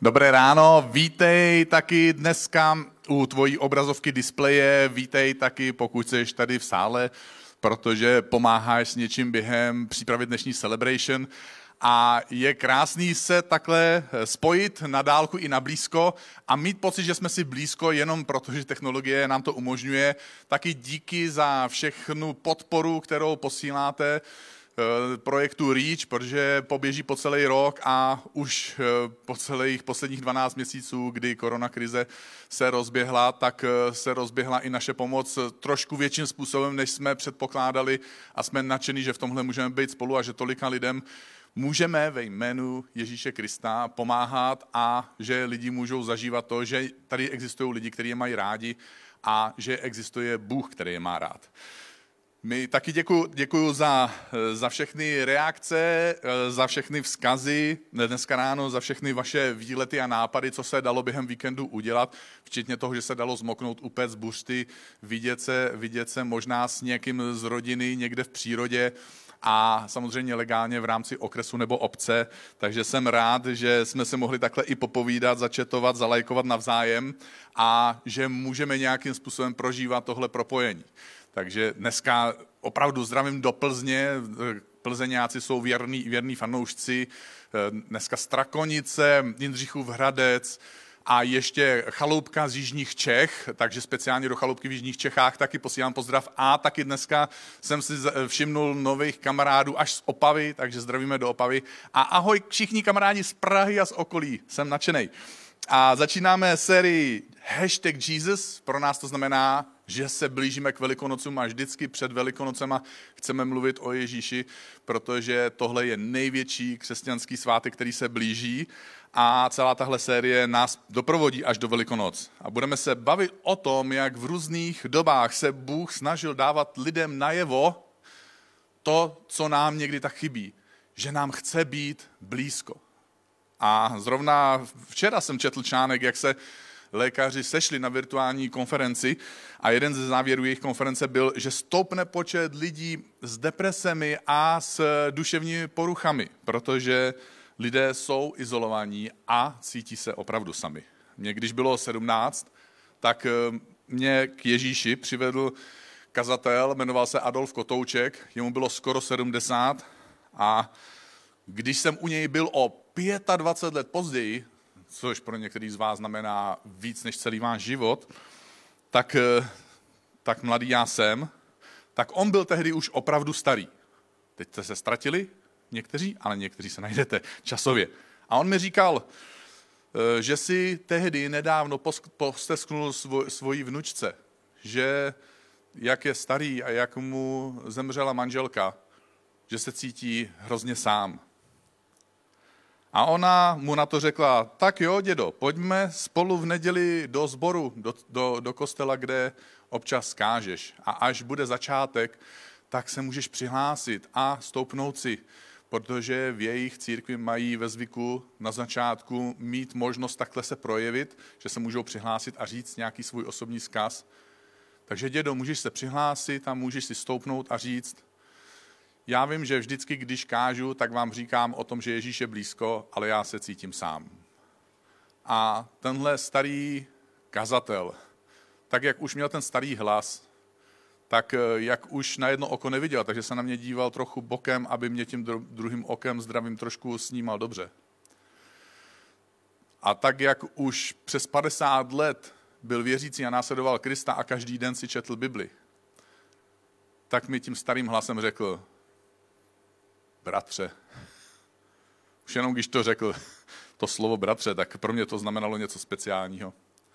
Dobré ráno, vítej taky dneska u tvojí obrazovky displeje, vítej taky, pokud jsi tady v sále, protože pomáháš s něčím během přípravy dnešní celebration. A je krásný se takhle spojit na dálku i na blízko a mít pocit, že jsme si blízko jenom proto, že technologie nám to umožňuje. Taky díky za všechnu podporu, kterou posíláte projektu REACH, protože poběží po celý rok a už po celých posledních 12 měsíců, kdy koronakrize se rozběhla, tak se rozběhla i naše pomoc trošku větším způsobem, než jsme předpokládali a jsme nadšení, že v tomhle můžeme být spolu a že tolika lidem můžeme ve jménu Ježíše Krista pomáhat a že lidi můžou zažívat to, že tady existují lidi, kteří je mají rádi a že existuje Bůh, který je má rád. My taky děkuju za všechny reakce, za všechny vzkazy dneska ráno, za všechny vaše výlety a nápady, co se dalo během víkendu udělat, včetně toho, že se dalo zmoknout, upéct buřty, vidět se možná s někým z rodiny někde v přírodě a samozřejmě legálně v rámci okresu nebo obce. Takže jsem rád, že jsme se mohli takhle i popovídat, začetovat, zalajkovat navzájem a že můžeme nějakým způsobem prožívat tohle propojení. Takže dneska opravdu zdravím do Plzně, Plzeňáci jsou věrní fanoušci, dneska Strakonice, Jindřichův Hradec a ještě chaloupka z jižních Čech, takže speciálně do chaloupky v jižních Čechách taky posílám pozdrav a taky dneska jsem si všimnul nových kamarádů až z Opavy, takže zdravíme do Opavy a ahoj všichni kamarádi z Prahy a z okolí, jsem nadšenej. A začínáme sérii #Jesus, pro nás to znamená, že se blížíme k Velikonocům a vždycky před Velikonocema chceme mluvit o Ježíši, protože tohle je největší křesťanský svátek, který se blíží a celá tahle série nás doprovodí až do Velikonoc. A budeme se bavit o tom, jak v různých dobách se Bůh snažil dávat lidem najevo to, co nám někdy tak chybí, že nám chce být blízko. A zrovna včera jsem četl článek, jak se lékaři sešli na virtuální konferenci a jeden ze závěrů jejich konference byl, že stoupne počet lidí s depresemi a s duševními poruchami, protože lidé jsou izolovaní a cítí se opravdu sami. Mně, když bylo 17, tak mě k Ježíši přivedl kazatel, jmenoval se Adolf Kotouček, jemu bylo skoro 70 a když jsem u něj byl o 25 let později, což pro některý z vás znamená víc než celý váš život, tak mladý já jsem, tak on byl tehdy už opravdu starý. Teď jste se ztratili někteří, ale někteří se najdete časově. A on mi říkal, že si tehdy nedávno postesknul svojí vnučce, že jak je starý a jak mu zemřela manželka, že se cítí hrozně sám. A ona mu na to řekla, tak jo, dědo, pojďme spolu v neděli do sboru, do kostela, kde občas kážeš. A až bude začátek, tak se můžeš přihlásit a stoupnout si, protože v jejich církvi mají ve zvyku na začátku mít možnost takhle se projevit, že se můžou přihlásit a říct nějaký svůj osobní vzkaz. Takže dědo, můžeš se přihlásit a můžeš si stoupnout a říct, já vím, že vždycky, když kážu, tak vám říkám o tom, že Ježíš je blízko, ale já se cítím sám. A tenhle starý kazatel, tak jak už měl ten starý hlas, tak jak už na jedno oko neviděl, takže se na mě díval trochu bokem, aby mě tím druhým okem zdravím trošku snímal dobře. A tak jak už přes 50 let byl věřící a následoval Krista a každý den si četl Bibli, tak mi tím starým hlasem řekl, bratře. Už jenom když to řekl, to slovo bratře, tak pro mě to znamenalo něco speciálního.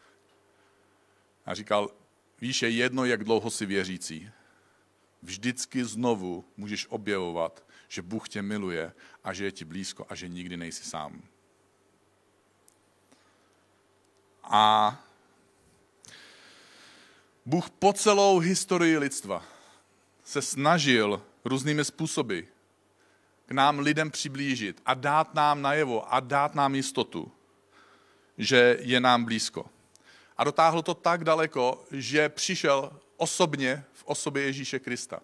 A říkal, víš, je jedno, jak dlouho jsi věřící. Vždycky znovu můžeš objevovat, že Bůh tě miluje a že je ti blízko a že nikdy nejsi sám. A Bůh po celou historii lidstva se snažil různými způsoby k nám lidem přiblížit a dát nám najevo a dát nám jistotu, že je nám blízko. A dotáhl to tak daleko, že přišel osobně v osobě Ježíše Krista.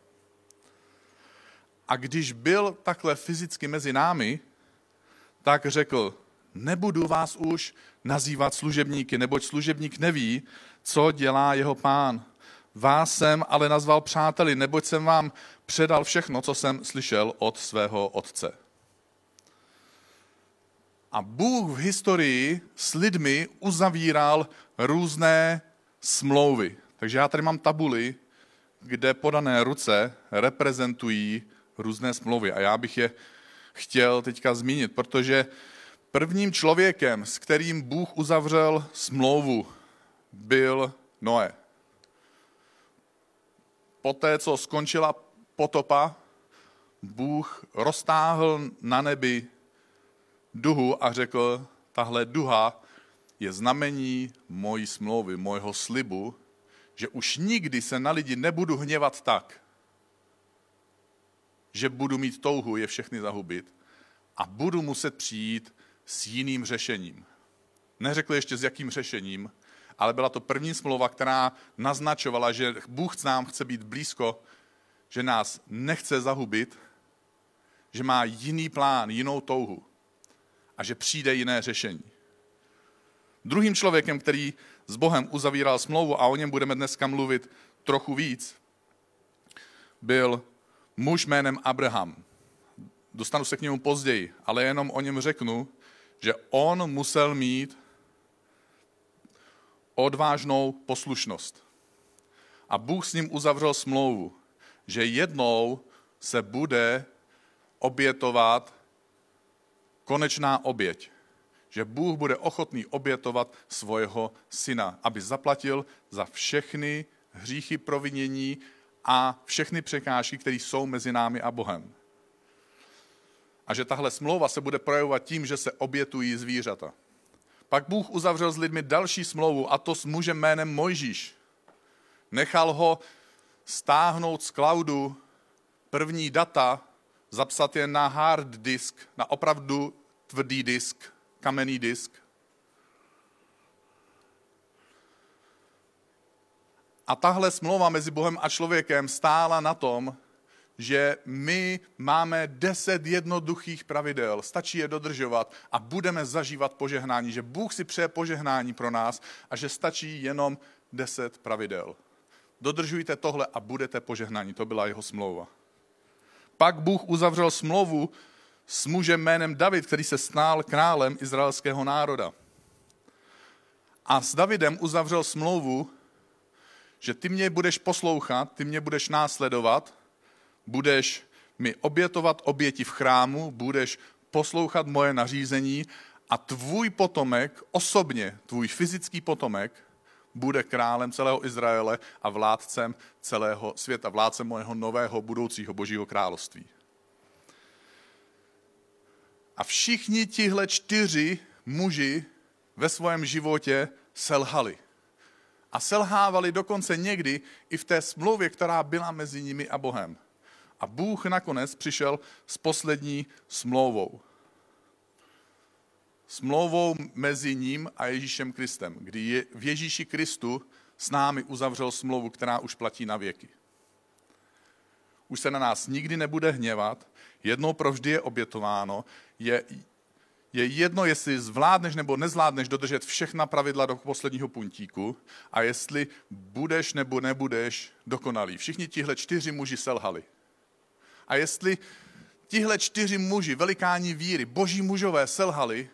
A když byl takhle fyzicky mezi námi, tak řekl, nebudu vás už nazývat služebníky, neboť služebník neví, co dělá jeho pán. Vás jsem ale nazval přáteli, neboť jsem vám předal všechno, co jsem slyšel od svého otce. A Bůh v historii s lidmi uzavíral různé smlouvy. Takže já tady mám tabuli, kde podané ruce reprezentují různé smlouvy. A já bych je chtěl teďka zmínit, protože prvním člověkem, s kterým Bůh uzavřel smlouvu, byl Noé. Poté, co skončila potopa, Bůh roztáhl na nebi duhu a řekl, tahle duha je znamení mojí smlouvy, mojho slibu, že už nikdy se na lidi nebudu hněvat tak, že budu mít touhu je všechny zahubit a budu muset přijít s jiným řešením. Neřekl ještě s jakým řešením, ale byla to první smlouva, která naznačovala, že Bůh nám chce být blízko, že nás nechce zahubit, že má jiný plán, jinou touhu a že přijde jiné řešení. Druhým člověkem, který s Bohem uzavíral smlouvu, a o něm budeme dneska mluvit trochu víc, byl muž jménem Abraham. Dostanu se k němu později, ale jenom o něm řeknu, že on musel mít odvážnou poslušnost. A Bůh s ním uzavřel smlouvu, že jednou se bude obětovat konečná oběť. Že Bůh bude ochotný obětovat svého syna, aby zaplatil za všechny hříchy, provinění a všechny překážky, které jsou mezi námi a Bohem. A že tahle smlouva se bude projevovat tím, že se obětují zvířata. Pak Bůh uzavřel s lidmi další smlouvu, a to s mužem jménem Mojžíš. Nechal ho stáhnout z cloudu první data, zapsat je na hard disk, na opravdu tvrdý disk, kamenný disk. A tahle smlouva mezi Bohem a člověkem stála na tom, že my máme 10 jednoduchých pravidel, stačí je dodržovat a budeme zažívat požehnání, že Bůh si přeje požehnání pro nás a že stačí jenom 10 pravidel. Dodržujte tohle a budete požehnání, to byla jeho smlouva. Pak Bůh uzavřel smlouvu s mužem jménem David, který se stal králem izraelského národa. A s Davidem uzavřel smlouvu, že ty mě budeš poslouchat, ty mě budeš následovat, budeš mi obětovat oběti v chrámu, budeš poslouchat moje nařízení a tvůj potomek, osobně tvůj fyzický potomek, bude králem celého Izraele a vládcem celého světa, vládcem mojeho nového budoucího božího království. A všichni tihle 4 muži ve svém životě selhali. A selhávali dokonce někdy i v té smlouvě, která byla mezi nimi a Bohem. A Bůh nakonec přišel s poslední smlouvou. Smlouvou mezi ním a Ježíšem Kristem, kdy v Ježíši Kristu s námi uzavřel smlouvu, která už platí na věky. Už se na nás nikdy nebude hněvat, jednou provždy je obětováno, je jedno, jestli zvládneš nebo nezvládneš dodržet všechna pravidla do posledního puntíku a jestli budeš nebo nebudeš dokonalý. Všichni tihle 4 muži selhali. A jestli tihle 4 muži, velikáni víry, boží mužové selhali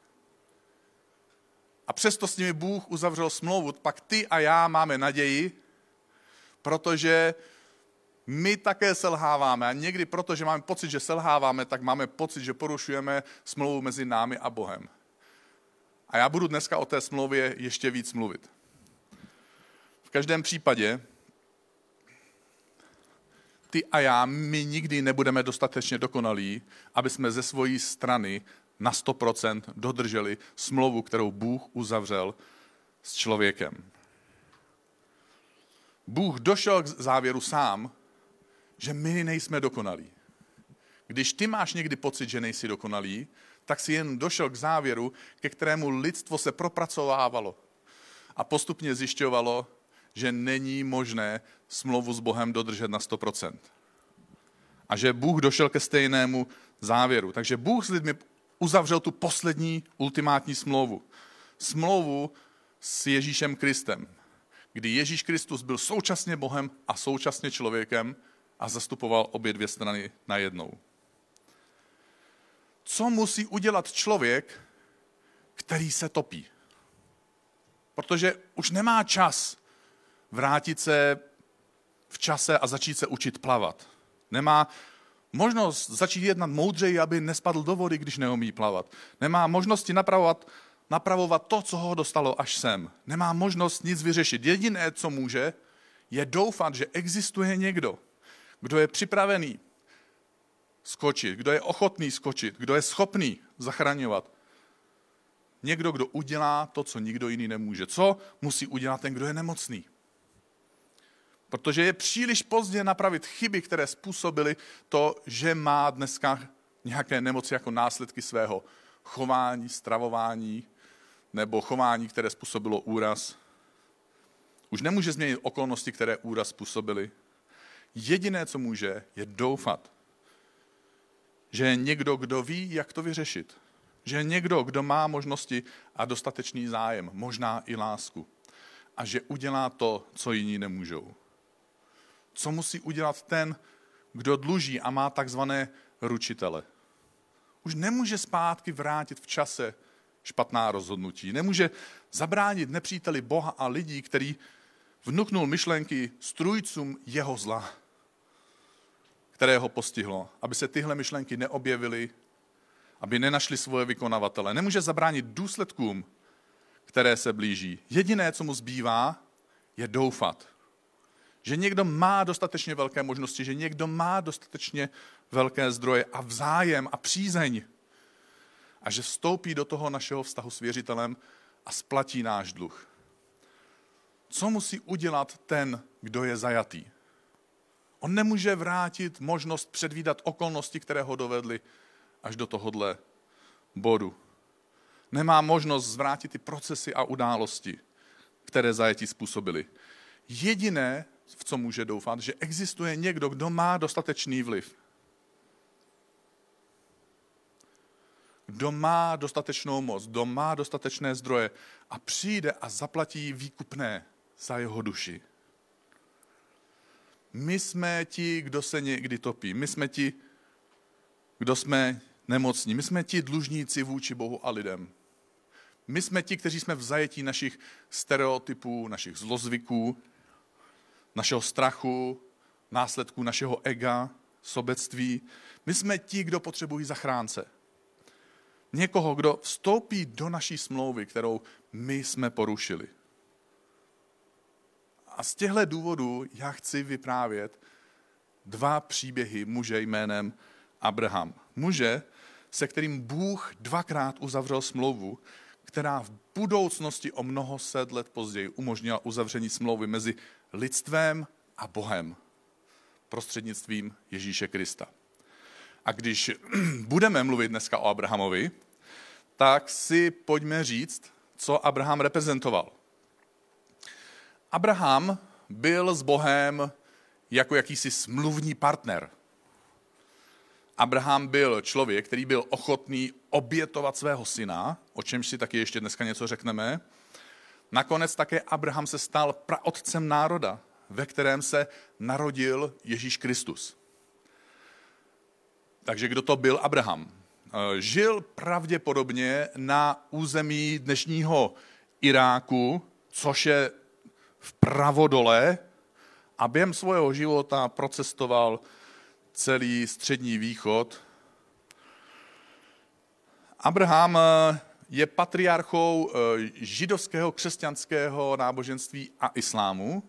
a přesto s nimi Bůh uzavřel smlouvu, pak ty a já máme naději, protože my také selháváme a někdy proto, že máme pocit, že selháváme, tak máme pocit, že porušujeme smlouvu mezi námi a Bohem. A já budu dneska o té smlouvě ještě víc mluvit. V každém případě ty a já, my nikdy nebudeme dostatečně dokonalí, aby jsme ze své strany na 100% dodrželi smlouvu, kterou Bůh uzavřel s člověkem. Bůh došel k závěru sám, že my nejsme dokonalí. Když ty máš někdy pocit, že nejsi dokonalý, tak si jen došel k závěru, ke kterému lidstvo se propracovávalo a postupně zjišťovalo, že není možné smlouvu s Bohem dodržet na 100%. A že Bůh došel ke stejnému závěru. Takže Bůh s lidmi uzavřel tu poslední ultimátní smlouvu. Smlouvu s Ježíšem Kristem, kdy Ježíš Kristus byl současně Bohem a současně člověkem a zastupoval obě dvě strany najednou. Co musí udělat člověk, který se topí? Protože už nemá čas vrátit se v čase a začít se učit plavat. Nemá možnost začít jednat moudřeji, aby nespadl do vody, když neumí plavat. Nemá možnosti napravovat to, co ho dostalo až sem. Nemá možnost nic vyřešit. Jediné, co může, je doufat, že existuje někdo, kdo je připravený skočit, kdo je ochotný skočit, kdo je schopný zachraňovat. Někdo, kdo udělá to, co nikdo jiný nemůže. Co musí udělat ten, kdo je nemocný? Protože je příliš pozdě napravit chyby, které způsobily to, že má dneska nějaké nemoci jako následky svého chování, stravování nebo chování, které způsobilo úraz. Už nemůže změnit okolnosti, které úraz způsobily. Jediné, co může, je doufat, že je někdo, kdo ví, jak to vyřešit. Že je někdo, kdo má možnosti a dostatečný zájem, možná i lásku. A že udělá to, co jiní nemůžou. Co musí udělat ten, kdo dluží a má takzvané ručitele? Už nemůže zpátky vrátit v čase špatná rozhodnutí. Nemůže zabránit nepříteli Boha a lidí, který vnuknul myšlenky strůjcům jeho zla, které ho postihlo, aby se tyhle myšlenky neobjevily, aby nenašli svoje vykonavatele. Nemůže zabránit důsledkům, které se blíží. Jediné, co mu zbývá, je doufat. Že někdo má dostatečně velké možnosti, že někdo má dostatečně velké zdroje a vzájem a přízeň. A že vstoupí do toho našeho vztahu s věřitelem a splatí náš dluh. Co musí udělat ten, kdo je zajatý? On nemůže vrátit možnost předvídat okolnosti, které ho dovedly až do tohohle bodu. Nemá možnost zvrátit ty procesy a události, které zajetí způsobily. Jediné, v co může doufat, že existuje někdo, kdo má dostatečný vliv. Kdo má dostatečnou moc, kdo má dostatečné zdroje a přijde a zaplatí výkupné za jeho duši. My jsme ti, kdo se někdy topí. My jsme ti, kdo jsme nemocní. My jsme ti dlužníci vůči Bohu a lidem. My jsme ti, kteří jsme v zajetí našich stereotypů, našich zlozvyků, našeho strachu, následků našeho ega, sobectví. My jsme ti, kdo potřebují zachránce. Někoho, kdo vstoupí do naší smlouvy, kterou my jsme porušili. A z těchto důvodů já chci vyprávět 2 příběhy muže jménem Abraham. Muže, se kterým Bůh 2krát uzavřel smlouvu, která v budoucnosti o mnoho set let později umožnila uzavření smlouvy mezi lidstvem a Bohem prostřednictvím Ježíše Krista. A když budeme mluvit dneska o Abrahamovi, tak si pojďme říct, co Abraham reprezentoval. Abraham byl s Bohem jako jakýsi smluvní partner. Abraham byl člověk, který byl ochotný obětovat svého syna, o čemž si taky ještě dneska něco řekneme. Nakonec také Abraham se stal praotcem národa, ve kterém se narodil Ježíš Kristus. Takže kdo to byl Abraham? Žil pravděpodobně na území dnešního Iráku, což je vpravo dole, a během svého života procestoval celý Střední východ. Abraham je patriarchou židovského, křesťanského náboženství a islámu.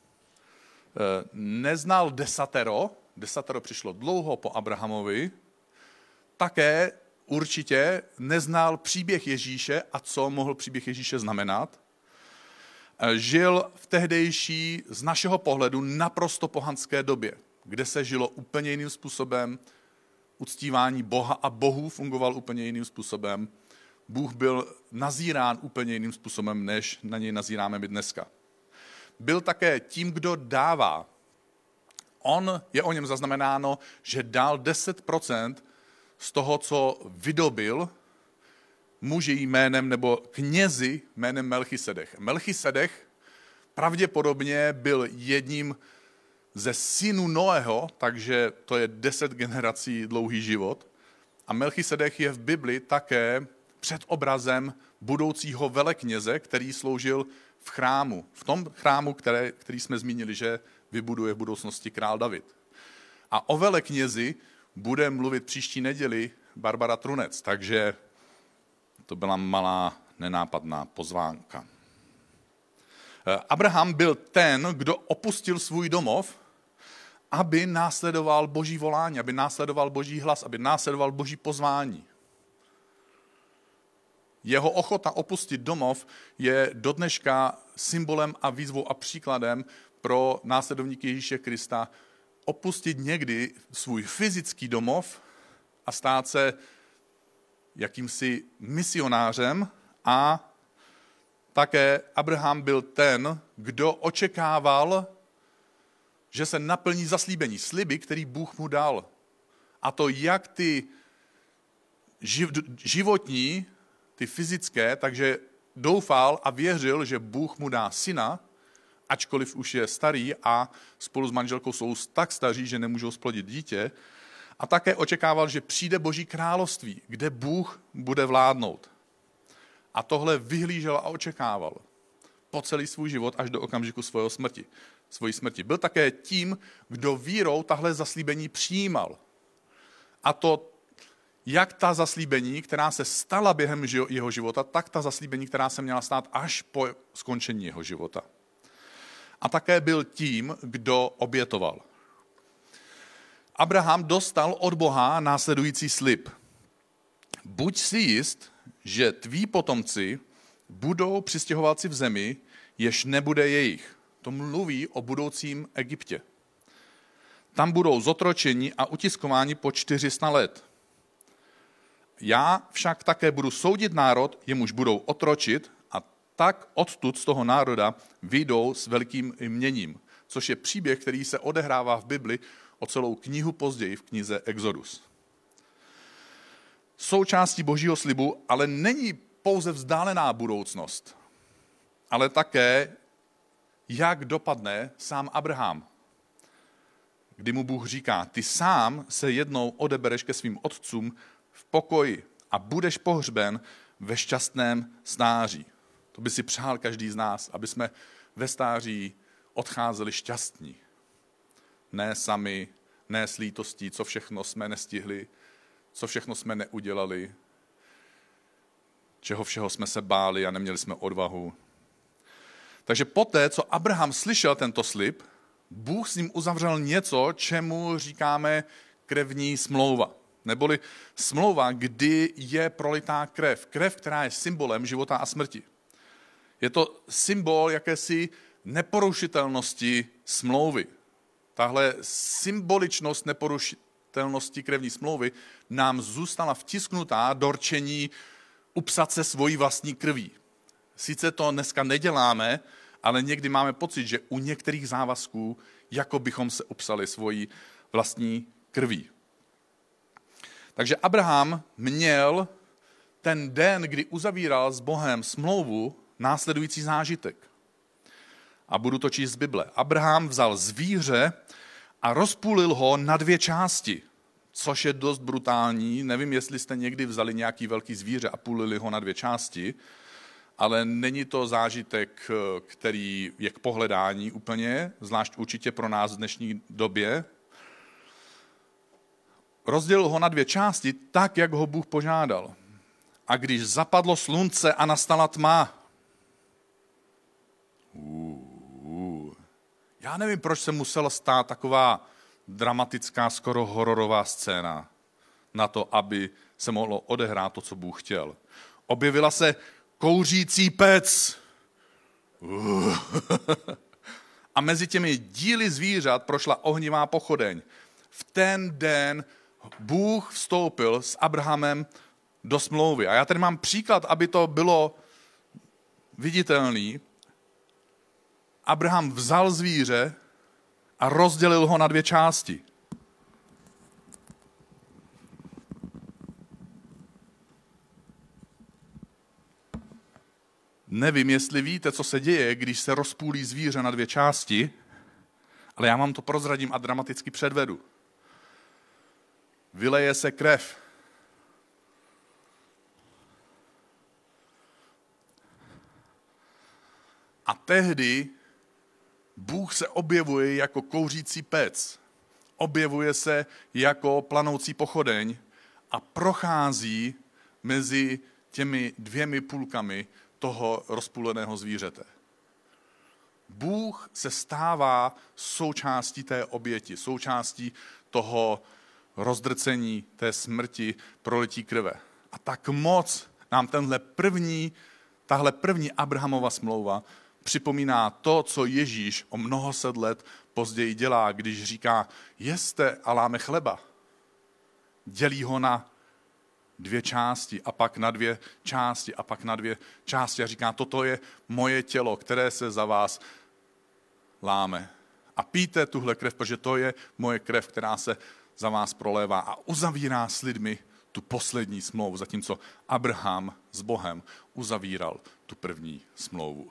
Neznal desatero přišlo dlouho po Abrahamovi. Také určitě neznal příběh Ježíše a co mohl příběh Ježíše znamenat. Žil v tehdejší, z našeho pohledu, naprosto pohanské době, kde se žilo úplně jiným způsobem, uctívání Boha a bohů fungoval úplně jiným způsobem. Bůh byl nazírán úplně jiným způsobem, než na něj nazíráme my dneska. Byl také tím, kdo dává. Je o něm zaznamenáno, že dal 10% z toho, co vydobil muži jménem nebo knězi jménem Melchisedech. Melchisedech pravděpodobně byl jedním ze synů Noého, takže to je 10 generací dlouhý život. A Melchisedech je v Bibli také předobrazem budoucího velekněze, který sloužil v chrámu. V tom chrámu, který jsme zmínili, že vybuduje v budoucnosti král David. A o veleknězi bude mluvit příští neděli Barbara Trunec, takže to byla malá nenápadná pozvánka. Abraham byl ten, kdo opustil svůj domov, aby následoval Boží volání, aby následoval Boží hlas, aby následoval Boží pozvání. Jeho ochota opustit domov je dodneška symbolem a výzvou a příkladem pro následovníky Ježíše Krista opustit někdy svůj fyzický domov a stát se jakýmsi misionářem. A také Abraham byl ten, kdo očekával, že se naplní zaslíbení, sliby, který Bůh mu dal. A to jak ty životní, ty fyzické, takže doufal a věřil, že Bůh mu dá syna, ačkoliv už je starý a spolu s manželkou jsou tak staří, že nemůžou splodit dítě. A také očekával, že přijde Boží království, kde Bůh bude vládnout. A tohle vyhlížel a očekával po celý svůj život až do okamžiku svojí smrti. Byl také tím, kdo vírou tahle zaslíbení přijímal. A to jak ta zaslíbení, která se stala během jeho života, tak ta zaslíbení, která se měla stát až po skončení jeho života. A také byl tím, kdo obětoval. Abraham dostal od Boha následující slib. Buď si jist, že tví potomci budou přistěhovalci v zemi, jež nebude jejich. To mluví o budoucím Egyptě. Tam budou zotročeni a utiskováni po 400 let. Já však také budu soudit národ, jemuž budou otročit, a tak odtud z toho národa vyjdou s velkým jměním, což je příběh, který se odehrává v Bibli o celou knihu později v knize Exodus. Součástí Božího slibu ale není pouze vzdálená budoucnost, ale také, jak dopadne sám Abraham, kdy mu Bůh říká, ty sám se jednou odebereš ke svým otcům v pokoji a budeš pohřben ve šťastném stáří. To by si přál každý z nás, aby jsme ve stáří odcházeli šťastní. Ne sami, ne s lítostí, co všechno jsme nestihli, co všechno jsme neudělali, čeho všeho jsme se báli a neměli jsme odvahu. Takže poté, co Abraham slyšel tento slib, Bůh s ním uzavřel něco, čemu říkáme krevní smlouva. Neboli smlouva, kdy je prolitá krev. Krev, která je symbolem života a smrti. Je to symbol jakési neporušitelnosti smlouvy. Tahle symboličnost neporušitelnosti krevní smlouvy nám zůstala vtisknutá do rčení upsat se svojí vlastní krví. Sice to dneska neděláme, ale někdy máme pocit, že u některých závazků jako bychom se upsali svojí vlastní krví. Takže Abraham měl ten den, kdy uzavíral s Bohem smlouvu, následující zážitek. A budu to číst z Bible. Abraham vzal zvíře a rozpůlil ho na 2 části, což je dost brutální. Nevím, jestli jste někdy vzali nějaký velký zvíře a půlili ho na 2 části, ale není to zážitek, který je k pohledání úplně, zvlášť určitě pro nás v dnešní době. Rozdělil ho na 2 části tak, jak ho Bůh požádal. A když zapadlo slunce a nastala tma, já nevím, proč se musela stát taková dramatická, skoro hororová scéna na to, aby se mohlo odehrát to, co Bůh chtěl. Objevila se kouřící pec. A mezi těmi díly zvířat prošla ohnivá pochodeň. V ten den Bůh vstoupil s Abrahamem do smlouvy. A já tady mám příklad, aby to bylo viditelný. Abraham vzal zvíře a rozdělil ho na 2 části. Nevím, jestli víte, co se děje, když se rozpůlí zvíře na dvě části, ale já vám to prozradím a dramaticky předvedu. Vyleje se krev. A tehdy Bůh se objevuje jako kouřící pec. Objevuje se jako planoucí pochodeň a prochází mezi těmi dvěmi půlkami toho rozpůleného zvířete. Bůh se stává součástí té oběti, součástí toho rozdrcení, té smrti, prolití krve. A tak moc nám tahle první Abrahamova smlouva připomíná to, co Ježíš o mnoho set let později dělá, když říká, jeste a láme chleba. Dělí ho na dvě části a pak na dvě části a pak na dvě části a říká, toto je moje tělo, které se za vás láme. A pijte tuhle krev, protože to je moje krev, která se za vás prolévá a uzavírá s lidmi tu poslední smlouvu, zatímco Abraham s Bohem uzavíral tu první smlouvu.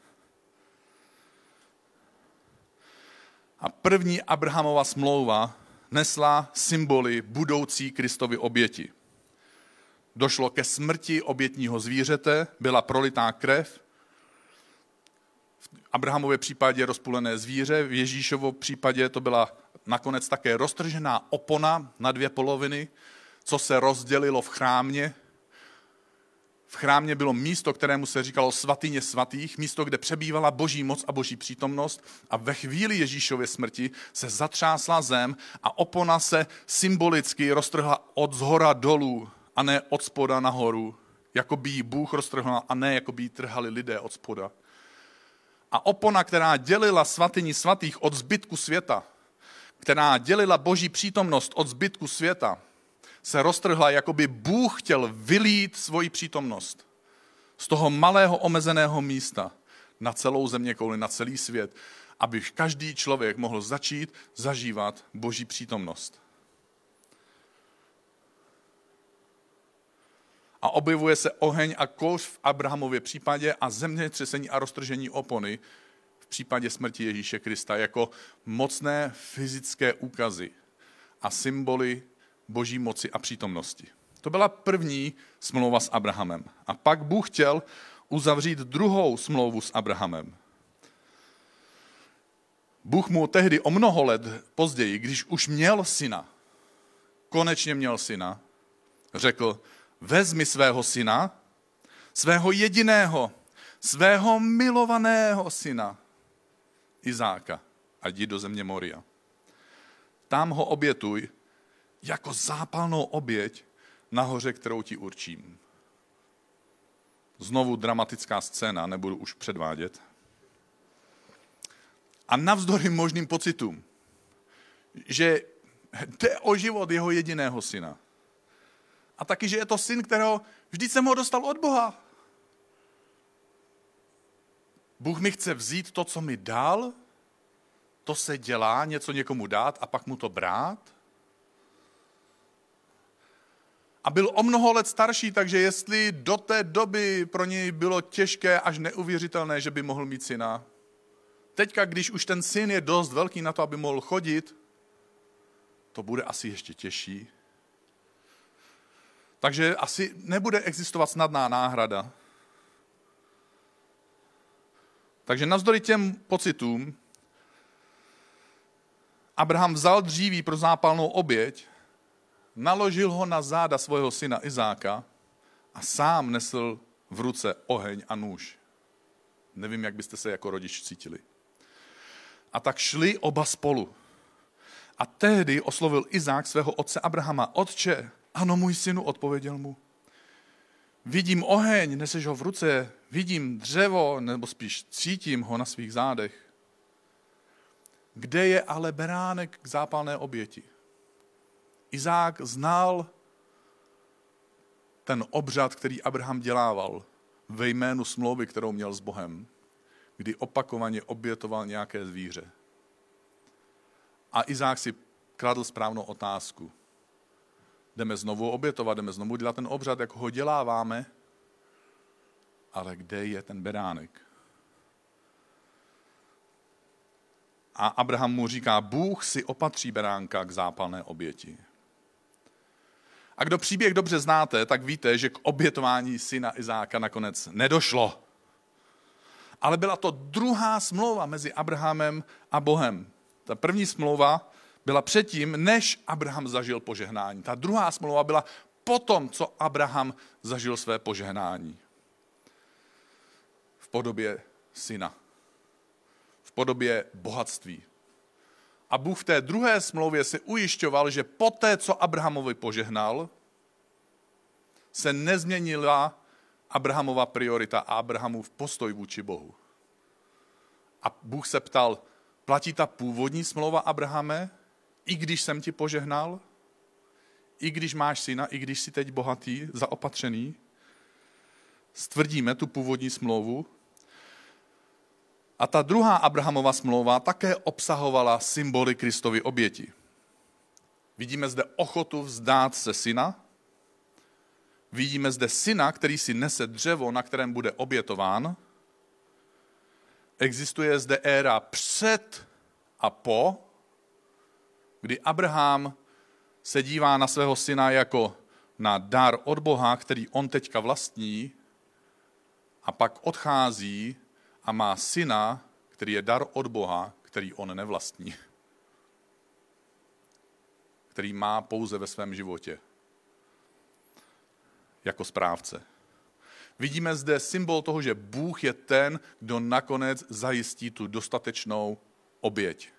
A první Abrahamova smlouva nesla symboly budoucí Kristovy oběti. Došlo ke smrti obětního zvířete, byla prolitá krev. V Abrahamově případě rozpůlené zvíře, v Ježíšovo případě to byla nakonec také roztržená opona na dvě poloviny, co se rozdělilo v chrámě. V chrámě bylo místo, kterému se říkalo svatyně svatých, místo, kde přebývala boží moc a boží přítomnost a ve chvíli Ježíšově smrti se zatřásla zem a opona se symbolicky roztrhla od zhora dolů a ne od spoda nahoru, jako by ji Bůh roztrhl a ne jako by ji trhali lidé od spoda. A opona, která dělila svatyni svatých od zbytku světa, která dělila boží přítomnost od zbytku světa, se roztrhla, jako by Bůh chtěl vylít svoji přítomnost z toho malého omezeného místa na celou zeměkouli, na celý svět, aby každý člověk mohl začít zažívat boží přítomnost. A objevuje se oheň a kouř v Abrahamově případě a zemětřesení a roztržení opony v případě smrti Ježíše Krista jako mocné fyzické úkazy a symboly boží moci a přítomnosti. To byla první smlouva s Abrahamem. A pak Bůh chtěl uzavřít druhou smlouvu s Abrahamem. Bůh mu tehdy o mnoho let později, když už měl syna, konečně měl syna, řekl, vezmi svého syna, svého jediného, svého milovaného syna, Izáka, a jdi do země Moria. Tam ho obětuj jako zápalnou oběť na hoře, kterou ti určím. Znovu dramatická scéna, nebudu už předvádět. A navzdory možným pocitům, že jde o život jeho jediného syna. A taky, že je to syn, kterého vždyť jsem ho dostal od Boha. Bůh mi chce vzít to, co mi dal, to se dělá, něco někomu dát a pak mu to brát. A byl o mnoho let starší, takže jestli do té doby pro něj bylo těžké až neuvěřitelné, že by mohl mít syna, teďka, když už ten syn je dost velký na to, aby mohl chodit, to bude asi ještě těžší. Takže asi nebude existovat snadná náhrada. Takže navzdory těm pocitům Abraham vzal dříví pro zápalnou oběť, naložil ho na záda svého syna Izáka a sám nesl v ruce oheň a nůž. Nevím, jak byste se jako rodič cítili. A tak šli oba spolu. A tehdy oslovil Izák svého otce Abrahama. Otče, ano, můj synu, odpověděl mu. Vidím oheň, neseš ho v ruce, vidím dřevo, nebo spíš cítím ho na svých zádech. Kde je ale beránek k zápalné oběti? Izák znal ten obřad, který Abraham dělával ve jménu smlouvy, kterou měl s Bohem, kdy opakovaně obětoval nějaké zvíře. A Izák si kladl správnou otázku. Jdeme znovu obětovat, jdeme znovu dělat ten obřad, jak ho děláváme, ale kde je ten beránek? A Abraham mu říká, Bůh si opatří beránka k zápalné oběti. A kdo příběh dobře znáte, tak víte, že k obětování syna Izáka nakonec nedošlo. Ale byla to druhá smlouva mezi Abrahamem a Bohem. Ta první smlouva byla předtím, než Abraham zažil požehnání. Ta druhá smlouva byla potom, co Abraham zažil své požehnání. V podobě syna. V podobě bohatství. A Bůh v té druhé smlouvě se ujišťoval, že poté, co Abrahamovi požehnal, se nezměnila Abrahamova priorita a Abrahamův postoj vůči Bohu. A Bůh se ptal, platí ta původní smlouva, Abrahame, i když jsem ti požehnal, i když máš syna, i když jsi teď bohatý, zaopatřený? Stvrdíme tu původní smlouvu. A ta druhá Abrahamova smlouva také obsahovala symboly Kristovy oběti. Vidíme zde ochotu vzdát se syna. Vidíme zde syna, který si nese dřevo, na kterém bude obětován. Existuje zde éra před a po, kdy Abraham se dívá na svého syna jako na dar od Boha, který on teďka vlastní, a pak odchází a má syna, který je dar od Boha, který on nevlastní. Který má pouze ve svém životě. Jako správce. Vidíme zde symbol toho, že Bůh je ten, kdo nakonec zajistí tu dostatečnou oběť.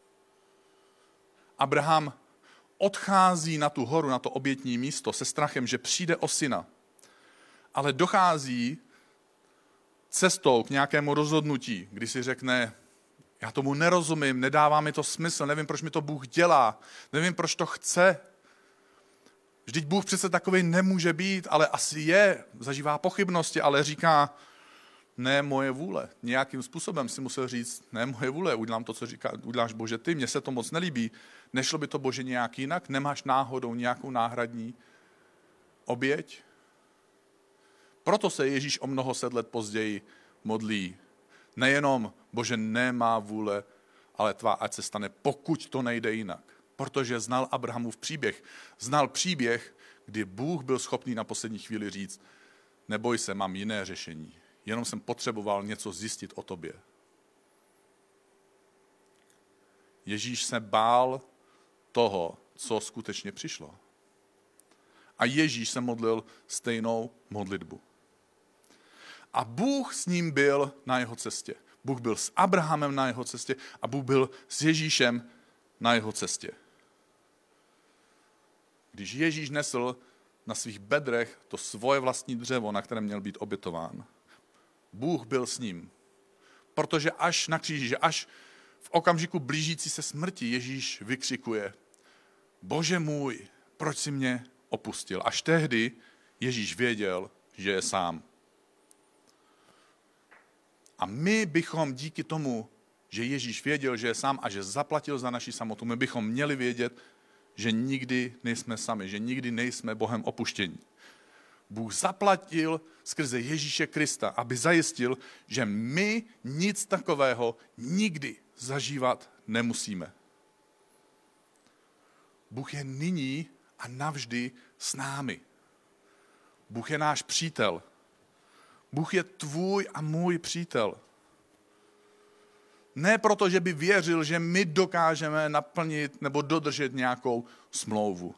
Abraham odchází na tu horu, na to obětní místo se strachem, že přijde o syna. Ale dochází cestou k nějakému rozhodnutí, kdy si řekne, já tomu nerozumím, nedává mi to smysl, nevím, proč mi to Bůh dělá, nevím, proč to chce. Vždyť Bůh přece takový nemůže být, ale asi je, zažívá pochybnosti, ale říká, ne moje vůle. Nějakým způsobem si musel říct, ne moje vůle, udělám to, co uděláš Bože ty, mně se to moc nelíbí. Nešlo by to Bože nějak jinak? Nemáš náhodou nějakou náhradní oběť? Proto se Ježíš o mnoho set let později modlí. Nejenom, Bože, nemá vůle, ale tvá ať se stane, pokud to nejde jinak. Protože znal Abrahamův příběh. Znal příběh, kdy Bůh byl schopný na poslední chvíli říct, neboj se, mám jiné řešení. Jenom jsem potřeboval něco zjistit o tobě. Ježíš se bál toho, co skutečně přišlo. A Ježíš se modlil stejnou modlitbu. A Bůh s ním byl na jeho cestě. Bůh byl s Abrahamem na jeho cestě a Bůh byl s Ježíšem na jeho cestě. Když Ježíš nesl na svých bedrech to svoje vlastní dřevo, na kterém měl být obětován, Bůh byl s ním. Protože až na kříži, že až v okamžiku blížící se smrti Ježíš vykřikuje, Bože můj, proč jsi mě opustil? Až tehdy Ježíš věděl, že je sám. A my bychom díky tomu, že Ježíš věděl, že je sám a že zaplatil za naši samotu, my bychom měli vědět, že nikdy nejsme sami, že nikdy nejsme Bohem opuštění. Bůh zaplatil skrze Ježíše Krista, aby zajistil, že my nic takového nikdy zažívat nemusíme. Bůh je nyní a navždy s námi. Bůh je náš přítel. Bůh je tvůj a můj přítel. Ne proto, že by věřil, že my dokážeme naplnit nebo dodržet nějakou smlouvu.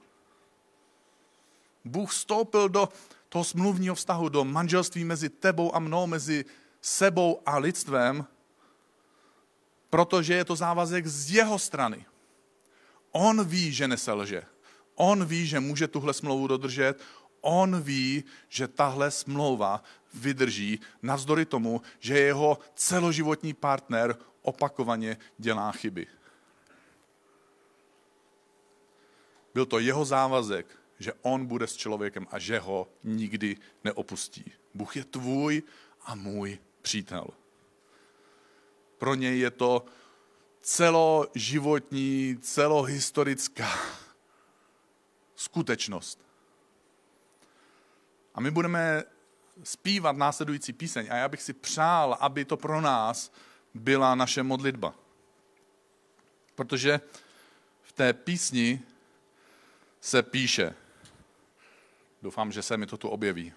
Bůh vstoupil do toho smluvního vztahu, do manželství mezi tebou a mnou, mezi sebou a lidstvem, protože je to závazek z jeho strany. On ví, že neselže. On ví, že může tuhle smlouvu dodržet. On ví, že tahle smlouva vydrží navzdory tomu, že jeho celoživotní partner opakovaně dělá chyby. Byl to jeho závazek, že on bude s člověkem a že ho nikdy neopustí. Bůh je tvůj a můj přítel. Pro něj je to celoživotní, celohistorická skutečnost. A my budeme zpívat následující píseň a já bych si přál, aby to pro nás byla naše modlitba. Protože v té písni se píše, doufám, že se mi to tu objeví,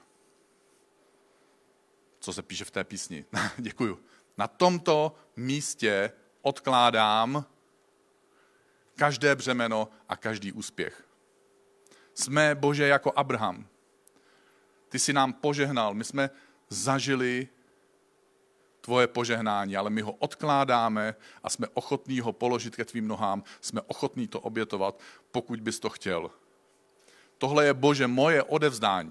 co se píše v té písni. Děkuju. Na tomto místě odkládám každé břemeno a každý úspěch. Jsme, Bože, jako Abraham. Ty jsi nám požehnal, my jsme zažili tvoje požehnání, ale my ho odkládáme a jsme ochotní ho položit ke tvým nohám, jsme ochotní to obětovat, pokud bys to chtěl. Tohle je, Bože, moje odevzdání.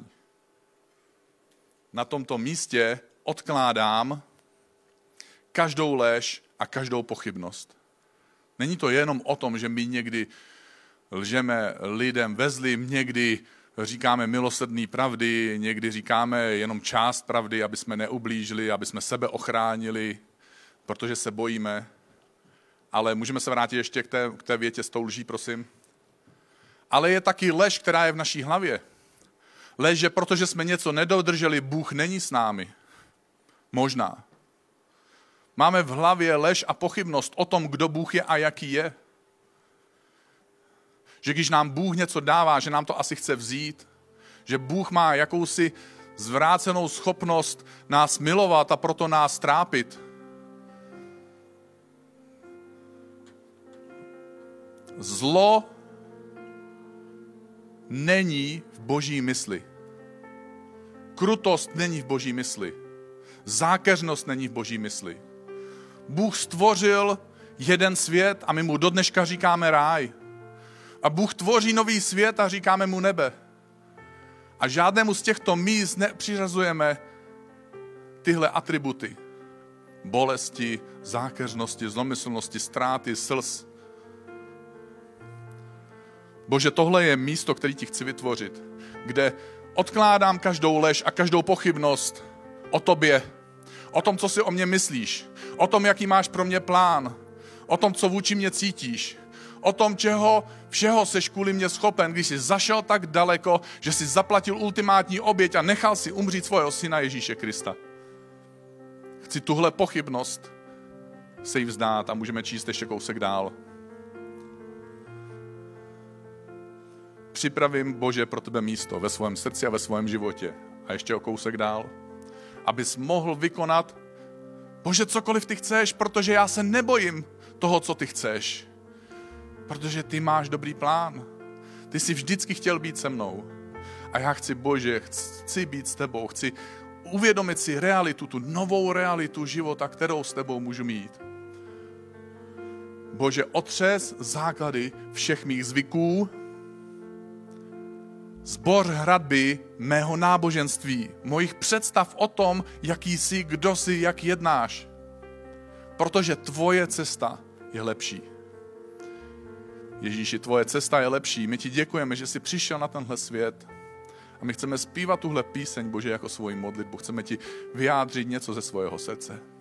Na tomto místě odkládám každou lež a každou pochybnost. Není to jenom o tom, že my někdy lžeme lidem ve zlým, někdy říkáme milosrdné pravdy, někdy říkáme jenom část pravdy, aby jsme neublížili, aby jsme sebe ochránili, protože se bojíme. Ale můžeme se vrátit ještě k té větě s tou lží, prosím. Ale je taky lež, která je v naší hlavě. Lež, že protože jsme něco nedodrželi, Bůh není s námi. Možná. Máme v hlavě lež a pochybnost o tom, kdo Bůh je a jaký je. Že když nám Bůh něco dává, že nám to asi chce vzít, že Bůh má jakousi zvrácenou schopnost nás milovat a proto nás trápit. Zlo není v Boží mysli. Krutost není v Boží mysli. Zákeřnost není v Boží mysli. Bůh stvořil jeden svět a my mu do dneška říkáme ráj. A Bůh tvoří nový svět a říkáme mu nebe. A žádnému z těchto míst nepřiřazujeme tyhle atributy. Bolesti, zákeřnosti, zlomyslnosti, ztráty, slz. Bože, tohle je místo, které ti chci vytvořit, kde odkládám každou lež a každou pochybnost o tobě, o tom, co si o mě myslíš, o tom, jaký máš pro mě plán, o tom, co vůči mě cítíš, o tom, čeho všeho seš kvůli mě schopen, když jsi zašel tak daleko, že jsi zaplatil ultimátní oběť a nechal si umřít svého syna Ježíše Krista. Chci tuhle pochybnost se jí vzdát a můžeme číst ještě kousek dál. Připravím, Bože, pro tebe místo ve svém srdci a ve svém životě. A ještě o kousek dál. Abys mohl vykonat, Bože, cokoliv ty chceš, protože já se nebojím toho, co ty chceš. Protože ty máš dobrý plán. Ty jsi vždycky chtěl být se mnou. A já chci, Bože, chci být s tebou. Chci uvědomit si realitu, tu novou realitu života, kterou s tebou můžu mít. Bože, otřes základy všech mých zvyků, zboř hradby mého náboženství, mojich představ o tom, jaký jsi, kdo jsi, jak jednáš. Protože tvoje cesta je lepší. Ježíši, tvoje cesta je lepší. My ti děkujeme, že jsi přišel na tenhle svět a my chceme zpívat tuhle píseň, Bože, jako svoji modlitbu. Chceme ti vyjádřit něco ze svého srdce.